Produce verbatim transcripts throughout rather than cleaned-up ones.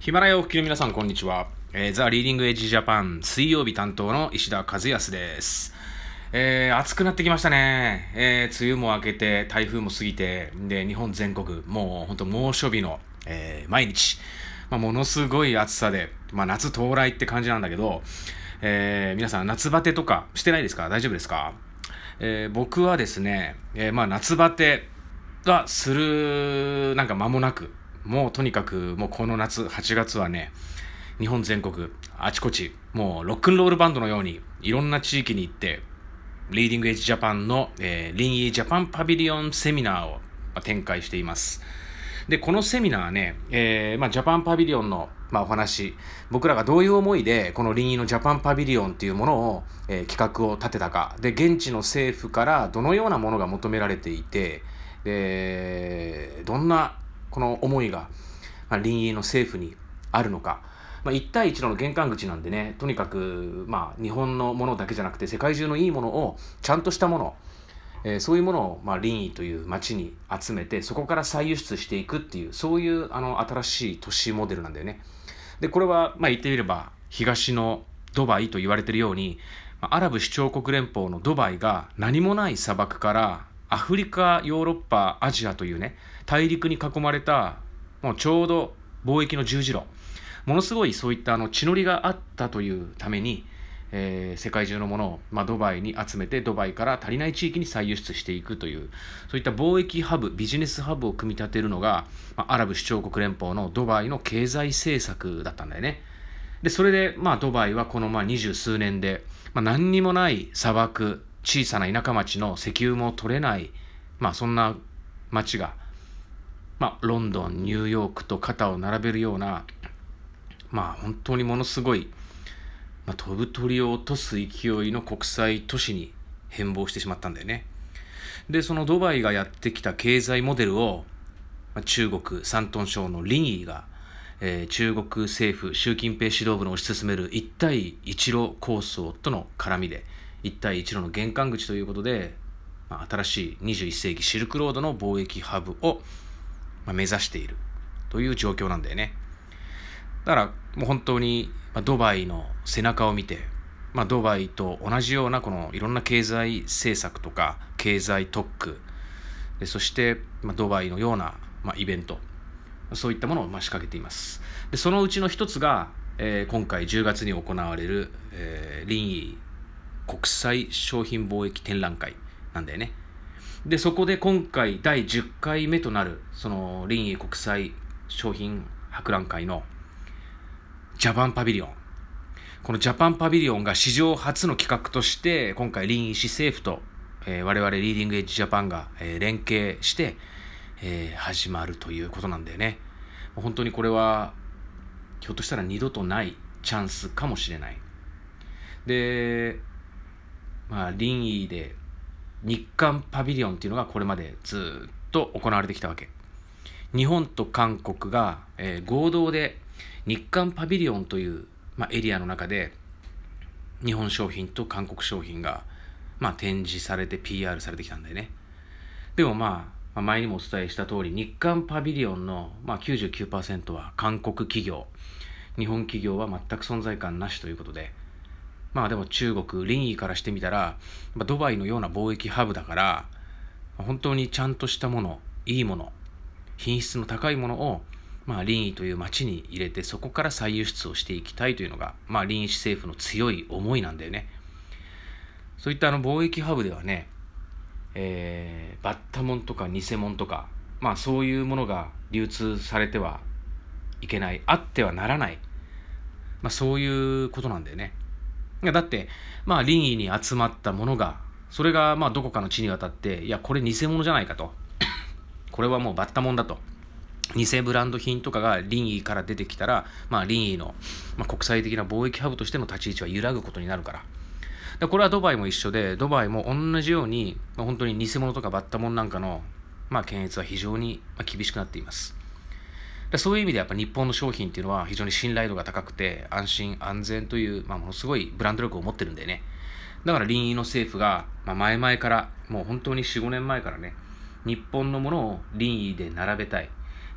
ヒマラヤをお聞きの皆さん、こんにちは。えー、ザ・リーディング・エッジ・ジャパン水曜日担当の石田和康です。えー、暑くなってきましたね。えー、梅雨も明けて、台風も過ぎて、で、日本全国、もう本当猛暑日の、えー、毎日、まあ、ものすごい暑さで、まあ、夏到来って感じなんだけど、えー、皆さん、夏バテとかしてないですか？大丈夫ですか？えー、僕はですね、えー、まあ、夏バテがする、なんか間もなく、もうとにかくもうこの夏はちがつはね、日本全国あちこちもうロックンロールバンドのようにいろんな地域に行ってリーディングエッジジャパンの、えー、リンイージャパンパビリオンセミナーを展開しています。でこのセミナーね、えーまあ、ジャパンパビリオンの、まあ、お話、僕らがどういう思いでこのリンイーのジャパンパビリオンっていうものを、えー、企画を立てたかで、現地の政府からどのようなものが求められていて、でどんなこの思いが、まあ、リンイーの政府にあるのか、まあ、一帯一路の玄関口なんでね、とにかく、まあ、日本のものだけじゃなくて世界中のいいものをちゃんとしたもの、えー、そういうものを、まあ、リンイーという街に集めてそこから再輸出していくっていう、そういうあの新しい都市モデルなんだよね。でこれは、まあ、言ってみれば東のドバイと言われているように、アラブ首長国連邦のドバイが何もない砂漠からアフリカ、ヨーロッパ、アジアというね、大陸に囲まれた、もうちょうど貿易の十字路、ものすごいそういったあの地の利があったというために、えー世界中のものを、まあ、ドバイに集めて、ドバイから足りない地域に再輸出していくという、そういった貿易ハブ、ビジネスハブを組み立てるのが、まあ、アラブ首長国連邦のドバイの経済政策だったんだよね。でそれで、まあ、ドバイはこのまあ二十数年で、まあ、何にもない砂漠、小さな田舎町の石油も取れない、まあ、そんな町が、まあ、ロンドン、ニューヨークと肩を並べるような、まあ、本当にものすごい、まあ、飛ぶ鳥を落とす勢いの国際都市に変貌してしまったんだよね。でそのドバイがやってきた経済モデルを、まあ、中国山東省のリンイーが、えー、中国政府習近平指導部の推し進める一帯一路構想との絡みで、一帯一路の玄関口ということで、まあ、新しいにじゅういっ世紀シルクロードの貿易ハブを、まあ、目指しているという状況なんだよね。だからもう本当に、まあ、ドバイの背中を見て、まあ、ドバイと同じようなこのいろんな経済政策とか経済特区で、そして、まあ、ドバイのような、まあ、イベント、そういったものをまあ仕掛けています。でそのうちの一つが、えー、今回じゅうがつに行われる、えー、リンイー国際商品貿易展覧会なんだよね。でそこで今回だいじゅっかいめとなるそのリンイー国際商品博覧会のジャパンパビリオン、このジャパンパビリオンが史上初の企画として今回リンイー市政府と、えー、我々リーディングエッジジャパンが、えー、連携して、えー、始まるということなんだよね。本当にこれはひょっとしたら二度とないチャンスかもしれない。で、まあ、リンイーで日韓パビリオンっていうのがこれまでずっと行われてきたわけ。日本と韓国が、えー、合同で日韓パビリオンという、まあ、エリアの中で日本商品と韓国商品が、まあ、展示されて ピーアール されてきたんだよね。でもまあ前にもお伝えした通り、日韓パビリオンの、まあ、きゅうじゅうきゅうパーセント は韓国企業、日本企業は全く存在感なしということで、まあでも中国リンイーからしてみたら、ドバイのような貿易ハブだから本当にちゃんとしたもの、いいもの、品質の高いものを、まあ、リンイーという町に入れてそこから再輸出をしていきたいというのが、まあ、リンイー市政府の強い思いなんだよね。そういったあの貿易ハブではね、えー、バッタモンとか偽物とか、まあ、そういうものが流通されてはいけない、あってはならない、まあ、そういうことなんだよね。だって、まあ、リンイーに集まったものがそれがまあどこかの地に渡って、いやこれ偽物じゃないかと、これはもうバッタモンだと、偽ブランド品とかがリンイーから出てきたら、まあ、リンイーの、まあ、国際的な貿易ハブとしての立ち位置は揺らぐことになるから。でこれはドバイも一緒で、ドバイも同じように、まあ、本当に偽物とかバッタモンなんかの、まあ、検閲は非常に厳しくなっています。でそういう意味でやっぱ日本の商品っていうのは非常に信頼度が高くて安心安全という、まあ、ものすごいブランド力を持ってるんでね。だからリンイーの政府が、まあ、前々からもう本当によん、ごねんまえからね、日本のものをリンイーで並べたい、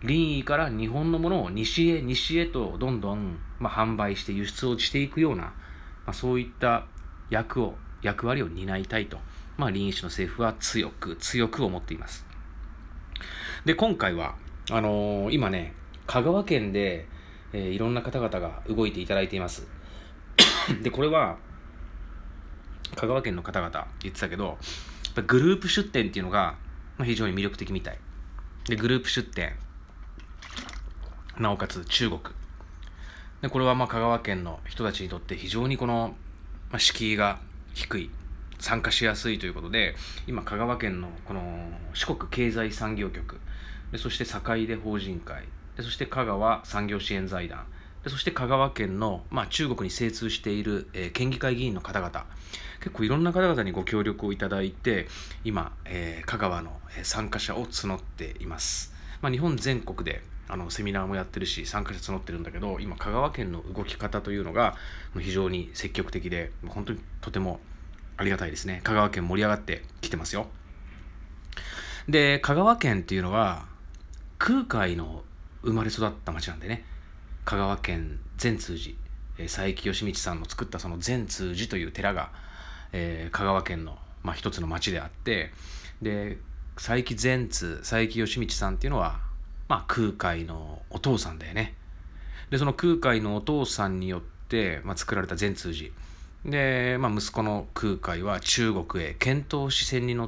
林医から日本のものを西へ西へとどんどん、まあ、販売して輸出をしていくような、まあ、そういった役を役割を担いたいと、まあ、林医師の政府は強く強く思っています。で、今回はあのー、今ね香川県で、えー、いろんな方々が動いていただいていますで、これは香川県の方々言ってたけど、グループ出店っていうのが非常に魅力的みたいで、グループ出店なおかつ中国で、これはまあ香川県の人たちにとって非常にこの、まあ、敷居が低い、参加しやすいということで、今香川県のこの四国経済産業局で、そして坂出法人会で、そして香川産業支援財団で、そして香川県の、まあ、中国に精通している、えー、県議会議員の方々、結構いろんな方々にご協力をいただいて、今、えー、香川の参加者を募っています。まあ、日本全国であのセミナーもやってるし、参加者募ってるんだけど、今香川県の動き方というのが非常に積極的で、本当にとてもありがたいですね。香川県盛り上がってきてますよ。で、香川県っていうのは空海の生まれ育った町なんでね、香川県善通寺、佐伯義道さんの作ったその善通寺という寺が、えー、香川県の、まあ、一つの町であって、で佐伯善通佐伯義道さんっていうのは、まあ、空海のお父さんだよね。でその空海のお父さんによって、まあ、作られた善通寺で、まあ、息子の空海は中国へ遣唐使船に乗って、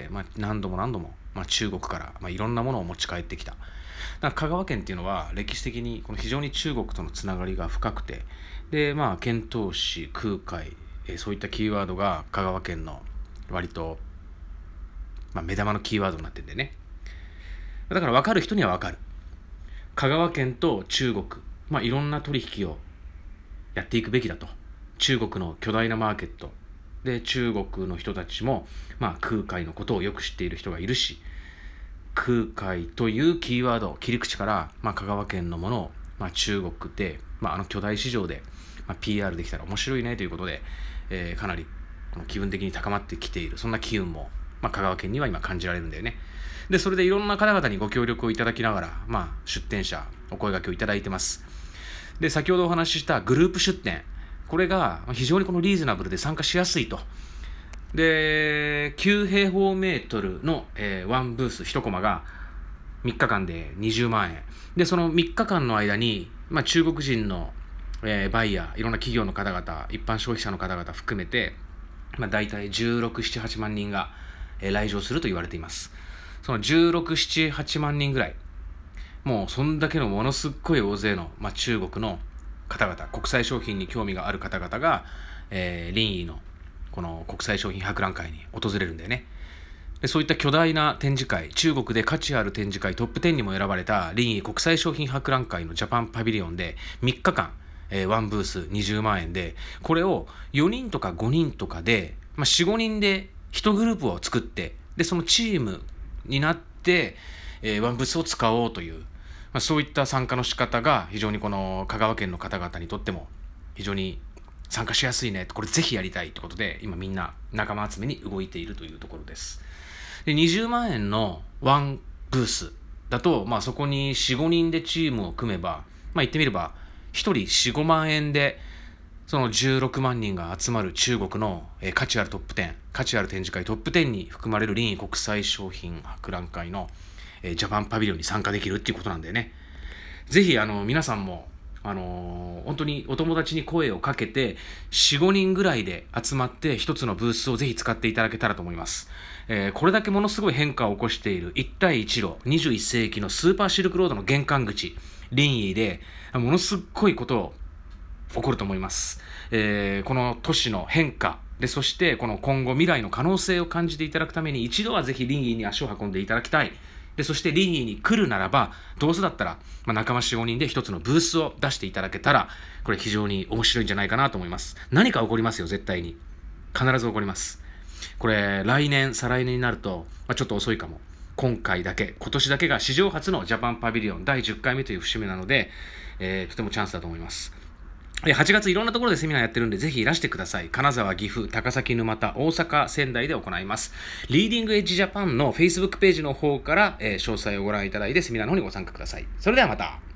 まあ、何度も何度も、まあ、中国から、まあ、いろんなものを持ち帰ってきた。だから香川県っていうのは歴史的にこの非常に中国とのつながりが深くて、でまあ遣唐使空海、えー、そういったキーワードが香川県の割と、まあ、目玉のキーワードになってるんでね。だから分かる人には分かる。香川県と中国、まあ、いろんな取引をやっていくべきだと。中国の巨大なマーケットで、中国の人たちも、まあ、空海のことをよく知っている人がいるし、空海というキーワード切り口から、まあ、香川県のものを、まあ、中国で、まあ、あの巨大市場で、まあ、ピーアール できたら面白いねということで、えー、かなりこの気分的に高まってきている、そんな機運も、まあ、香川県には今感じられるんだよね。でそれでいろんな方々にご協力をいただきながら、まあ、出店者お声掛けをいただいてます。で先ほどお話ししたグループ出店、これが非常にこのリーズナブルで参加しやすいと。できゅう平方メートルの、えー、ワンブースいちコマがみっかかんでにじゅうまんえんで、そのみっかかんの間に、まあ、中国人の、えー、バイヤー、いろんな企業の方々、一般消費者の方々含めて、まあ、大体じゅうろく、なな、はちまんにんが、えー、来場すると言われています。そのじゅうろく、なな、はちまんにんぐらい、もうそんだけのものすっごい大勢の、まあ、中国の方々、国際商品に興味がある方々が、えー、林医のこの国際商品博覧会に訪れるんだよね。でそういった巨大な展示会、中国で価値ある展示会トップじゅうにも選ばれた林医国際商品博覧会のジャパンパビリオンでみっかかん、えー、ワンブースにじゅうまんえんで、これをよにんとかごにんとかで、まあ、よん、ごにんでいちグループを作って、でそのチームになって、えー、ワンブースを使おうという、まあ、そういった参加の仕方が非常にこの香川県の方々にとっても非常に参加しやすいね、これぜひやりたいってことで今みんな仲間集めに動いているというところです。でにじゅうまんえんのワンブースだと、まあ、そこによん、ごにんでチームを組めば、まあ、言ってみればひとりよん、ごまんえんでそのじゅうろくまんにんが集まる中国の、えー、価値あるトップじゅう、価値ある展示会トップじゅうに含まれる林医国際商品博覧会の、えー、ジャパンパビリオンに参加できるっていうことなんだよね。ぜひあの皆さんもあのー、本当にお友達に声をかけてよん、ごにんぐらいで集まって一つのブースをぜひ使っていただけたらと思います。えー、これだけものすごい変化を起こしている一帯一路にじゅういっ世紀のスーパーシルクロードの玄関口林医でものすっごいこと起こると思います。えー、この都市の変化で、そしてこの今後未来の可能性を感じていただくために一度はぜひ林医に足を運んでいただきたい。でそして林医に来るならばどうせだったら、まあ、仲間よん、ごにんで一つのブースを出していただけたらこれ非常に面白いんじゃないかなと思います。何か起こりますよ、絶対に必ず起こります。これ来年再来年になると、まあ、ちょっと遅いかも。今回だけ今年だけが史上初のジャパンパビリオンだいじゅっかいめという節目なので、えー、とてもチャンスだと思います。 はちがついろんなところでセミナーやってるんで、ぜひいらしてください。金沢、岐阜、高崎、沼田、大阪、仙台で行います。リーディングエッジジャパンの Facebook ページの方から、えー、詳細をご覧いただいて、セミナーの方にご参加ください。それではまた。